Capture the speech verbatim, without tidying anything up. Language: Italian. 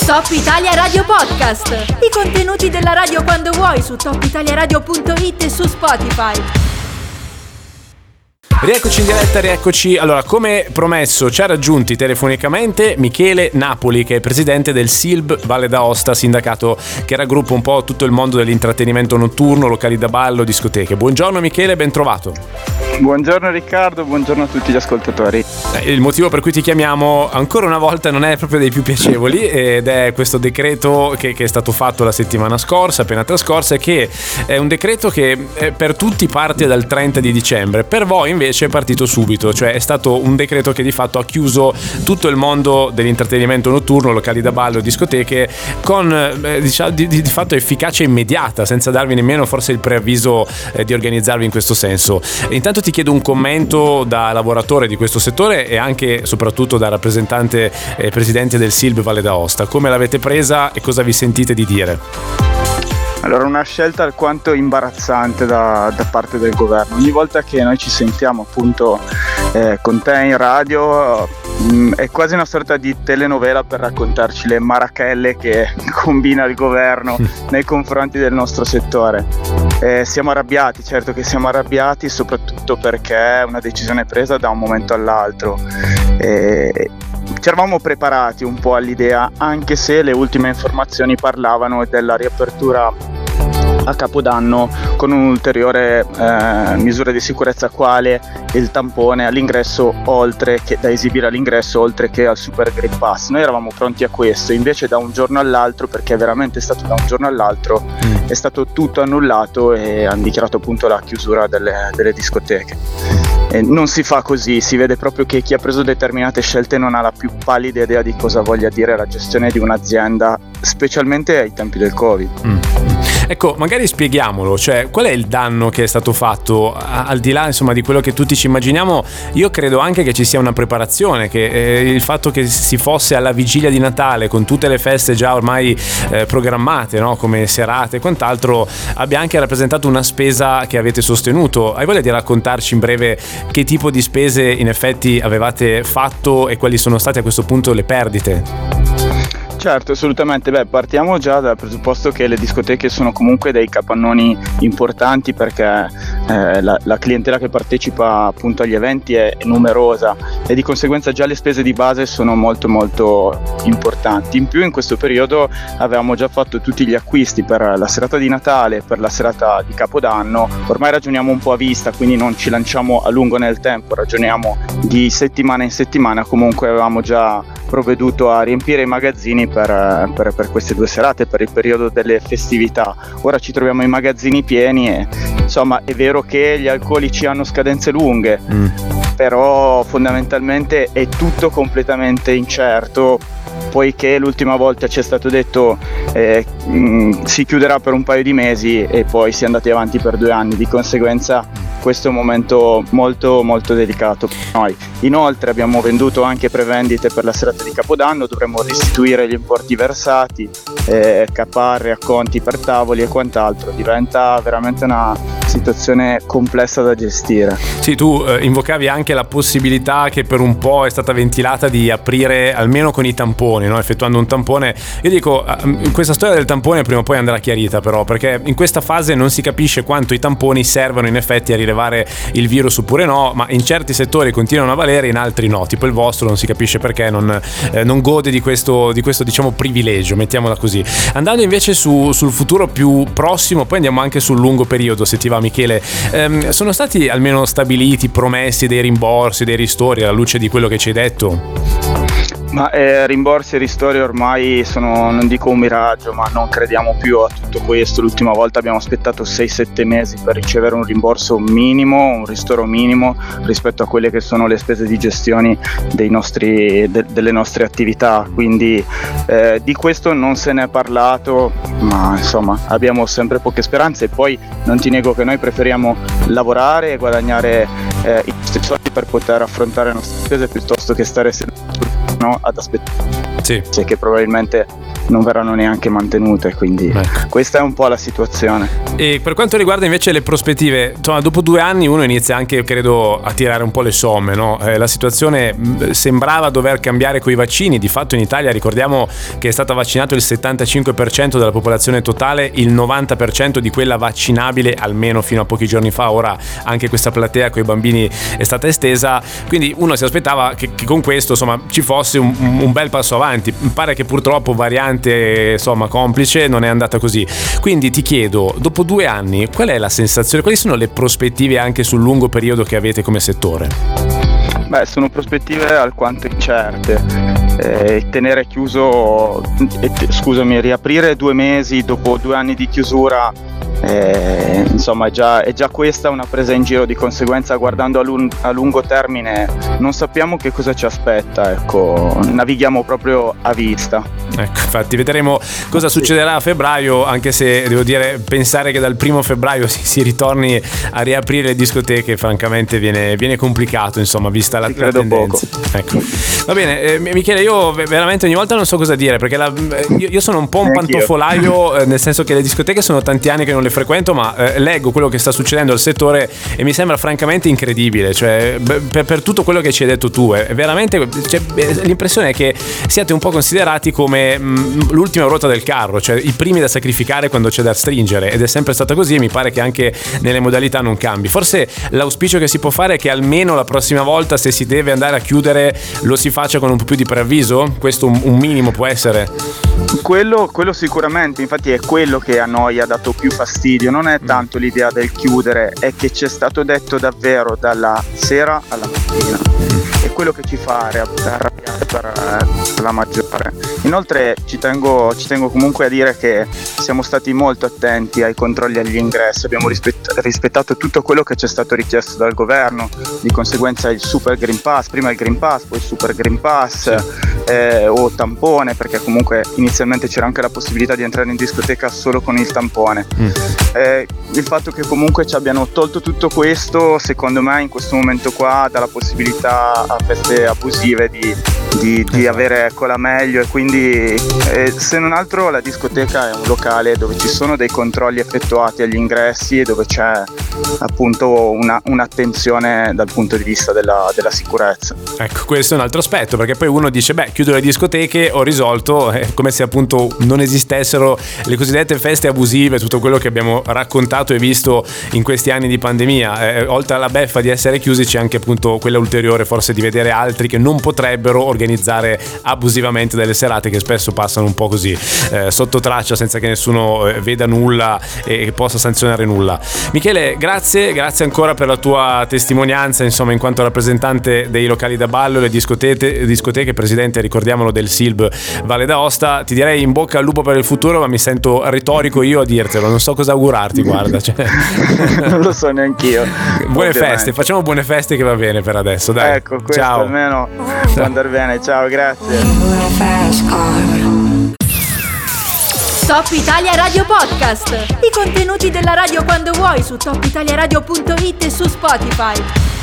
Top Italia Radio Podcast. I contenuti della radio quando vuoi su top italia radio punto it e su Spotify. Rieccoci in diretta, rieccoci. Allora, come promesso, ci ha raggiunti telefonicamente Michele Napoli, che è presidente del S I L B Valle d'Aosta, sindacato che raggruppa un po' tutto il mondo dell'intrattenimento notturno, locali da ballo, discoteche. Buongiorno Michele, ben trovato. Buongiorno Riccardo, buongiorno a tutti gli ascoltatori. Il motivo per cui ti chiamiamo ancora una volta non è proprio dei più piacevoli, ed è questo decreto che, che è stato fatto la settimana scorsa, appena trascorsa, e che è un decreto che per tutti parte dal trenta di dicembre, per voi invece è partito subito, cioè è stato un decreto che di fatto ha chiuso tutto il mondo dell'intrattenimento notturno, locali da ballo, discoteche, con eh, diciamo di, di fatto efficacia immediata, senza darvi nemmeno forse il preavviso eh, di organizzarvi in questo senso. Intanto ti chiedo un commento da lavoratore di questo settore e anche soprattutto da rappresentante e presidente del S I L B Valle d'Aosta. Come l'avete presa e cosa vi sentite di dire? Allora, una scelta alquanto imbarazzante da, da parte del governo. Ogni volta che noi ci sentiamo appunto eh, con te in radio mh, è quasi una sorta di telenovela per raccontarci le marachelle che combina il governo nei confronti del nostro settore. Eh, siamo arrabbiati, certo che siamo arrabbiati, soprattutto perché è una decisione presa da un momento all'altro. Eh, Ci eravamo preparati un po' all'idea, anche se le ultime informazioni parlavano della riapertura a Capodanno con un'ulteriore eh, misura di sicurezza, quale il tampone all'ingresso, oltre che da esibire all'ingresso, oltre che al Super Green Pass. Noi eravamo pronti a questo, invece da un giorno all'altro, perché è veramente stato da un giorno all'altro, mm. è stato tutto annullato e hanno dichiarato appunto la chiusura delle, delle discoteche. E non si fa così, si vede proprio che chi ha preso determinate scelte non ha la più pallida idea di cosa voglia dire la gestione di un'azienda, specialmente ai tempi del Covid. Mm. Ecco, magari spieghiamolo, cioè qual è il danno che è stato fatto, al di là insomma di quello che tutti ci immaginiamo. Io credo anche che ci sia una preparazione, che eh, il fatto che si fosse alla vigilia di Natale con tutte le feste già ormai eh, programmate, no? Come serate e quant'altro, abbia anche rappresentato una spesa che avete sostenuto. Hai voglia di raccontarci in breve che tipo di spese in effetti avevate fatto e quali sono state a questo punto le perdite? Certo, assolutamente. Beh, partiamo già dal presupposto che le discoteche sono comunque dei capannoni importanti, perché eh, la, la clientela che partecipa appunto agli eventi è, è numerosa e di conseguenza già le spese di base sono molto molto importanti. In più in questo periodo avevamo già fatto tutti gli acquisti per la serata di Natale, per la serata di Capodanno. Ormai ragioniamo un po' a vista, quindi non ci lanciamo a lungo nel tempo, ragioniamo di settimana in settimana. Comunque avevamo già provveduto a riempire i magazzini per, per, per queste due serate, per il periodo delle festività. Ora ci troviamo i magazzini pieni e insomma è vero che gli alcolici hanno scadenze lunghe, mm. però fondamentalmente è tutto completamente incerto, poiché l'ultima volta ci è stato detto eh, mh, si chiuderà per un paio di mesi e poi si è andati avanti per due anni. Di conseguenza questo è un momento molto molto delicato per noi. Inoltre abbiamo venduto anche prevendite per la serata di Capodanno, dovremo restituire gli importi versati, eh, caparre, acconti per tavoli e quant'altro. Diventa veramente una situazione complessa da gestire. Sì, tu eh, invocavi anche la possibilità che per un po' è stata ventilata di aprire almeno con i tamponi, no? Effettuando un tampone. Io dico, eh, questa storia del tampone prima o poi andrà chiarita, però, perché in questa fase non si capisce quanto i tamponi servono in effetti a rilevare il virus oppure no, ma in certi settori continuano a valere, in altri no, tipo il vostro non si capisce perché non, eh, non gode di questo, di questo diciamo privilegio, mettiamola così. Andando invece su, sul futuro più prossimo, poi andiamo anche sul lungo periodo, se ti va Michele. Ehm, sono stati almeno stabiliti, promessi dei rimborsi, dei ristori alla luce di quello che ci hai detto? Ma eh, rimborsi e ristori ormai sono, non dico un miraggio, ma non crediamo più a tutto questo. L'ultima volta abbiamo aspettato sei sette mesi per ricevere un rimborso minimo, un ristoro minimo rispetto a quelle che sono le spese di gestione dei nostri, de, delle nostre attività, quindi eh, di questo non se ne è parlato, ma insomma abbiamo sempre poche speranze. E poi non ti nego che noi preferiamo lavorare e guadagnare eh, i nostri soldi per poter affrontare le nostre spese piuttosto che stare seduti, no, ad aspettare, sì, che probabilmente non verranno neanche mantenute, quindi ecco. Questa è un po' la situazione. E per quanto riguarda invece le prospettive, insomma, dopo due anni uno inizia anche, credo, a tirare un po' le somme, no? Eh, la situazione sembrava dover cambiare coi vaccini. Di fatto in Italia ricordiamo che è stato vaccinato il settantacinque per cento della popolazione totale, il novanta per cento di quella vaccinabile almeno fino a pochi giorni fa. Ora anche questa platea con i bambini è stata estesa, quindi uno si aspettava che, che con questo, insomma, ci fosse un, un bel passo avanti. Pare che purtroppo variante, insomma, complice, non è andata così. Quindi ti chiedo, dopo due anni, qual è la sensazione, quali sono le prospettive anche sul lungo periodo che avete come settore? Beh, sono prospettive alquanto incerte. Eh, tenere chiuso, eh, scusami, riaprire due mesi dopo due anni di chiusura, eh, insomma è già, è già questa una presa in giro. Di conseguenza, guardando a, lung- a lungo termine non sappiamo che cosa ci aspetta, ecco, navighiamo proprio a vista. Ecco, infatti vedremo cosa succederà a febbraio, anche se devo dire, pensare che dal primo febbraio si, si ritorni a riaprire le discoteche francamente viene, viene complicato, insomma, vista la, la tendenza. Ecco. Va bene, eh, Michele, io veramente ogni volta non so cosa dire, perché la, io, io sono un po' un pantofolaio, eh, nel senso che le discoteche sono tanti anni che non le frequento, ma eh, leggo quello che sta succedendo al settore e mi sembra francamente incredibile, cioè per, per tutto quello che ci hai detto tu, è veramente, cioè, l'impressione è che siate un po' considerati come mh, l'ultima ruota del carro, cioè i primi da sacrificare quando c'è da stringere, ed è sempre stata così e mi pare che anche nelle modalità non cambi. Forse l'auspicio che si può fare è che almeno la prossima volta, se si deve andare a chiudere, lo si faccia con un po' più di preavviso. Questo un, un minimo può essere? Quello, quello sicuramente, infatti è quello che a noi ha dato più fastidio, non è tanto l'idea del chiudere, è che ci è stato detto davvero dalla sera alla mattina, è quello che ci fa arrabbiare per la maggiore. Inoltre ci tengo, ci tengo comunque a dire che siamo stati molto attenti ai controlli agli ingressi, abbiamo rispett- rispettato tutto quello che ci è stato richiesto dal governo, di conseguenza il Super Green Pass, prima il Green Pass, poi il Super Green Pass, eh, o tampone, perché comunque inizialmente c'era anche la possibilità di entrare in discoteca solo con il tampone. Mm. Eh, il fatto che comunque ci abbiano tolto tutto questo, secondo me in questo momento qua dà la possibilità a feste abusive di, di, di avere, ecco, la meglio, e quindi eh, se non altro la discoteca è un locale dove ci sono dei controlli effettuati agli ingressi e dove c'è appunto una, un'attenzione dal punto di vista della, della sicurezza. Ecco, questo è un altro aspetto, perché poi uno dice, beh, chiudo le discoteche, ho risolto, è come se appunto non esistessero le cosiddette feste abusive, tutto quello che abbiamo raccontato e visto in questi anni di pandemia. Eh, oltre alla beffa di essere chiusi c'è anche appunto quella ulteriore forse di vedere altri che non potrebbero organizzare abusivamente delle serate che spesso passano un po' così, eh, sotto traccia, senza che nessuno eh, veda nulla e possa sanzionare nulla. Michele, grazie, grazie ancora per la tua testimonianza, insomma, in quanto rappresentante dei locali da ballo, le discoteche, discoteche presidente, ricordiamolo, del S I L B Valle d'Aosta. Ti direi in bocca al lupo per il futuro, ma mi sento retorico io a dirtelo, non so cosa augurarti, guarda, cioè. Non lo so neanch'io. Buone ovviamente. Feste, facciamo buone feste che va bene per adesso, dai. Ecco, questo ciao. Almeno può andare bene, ciao, grazie. Top Italia Radio Podcast. I contenuti della radio quando vuoi su top italia radio punto it e su Spotify.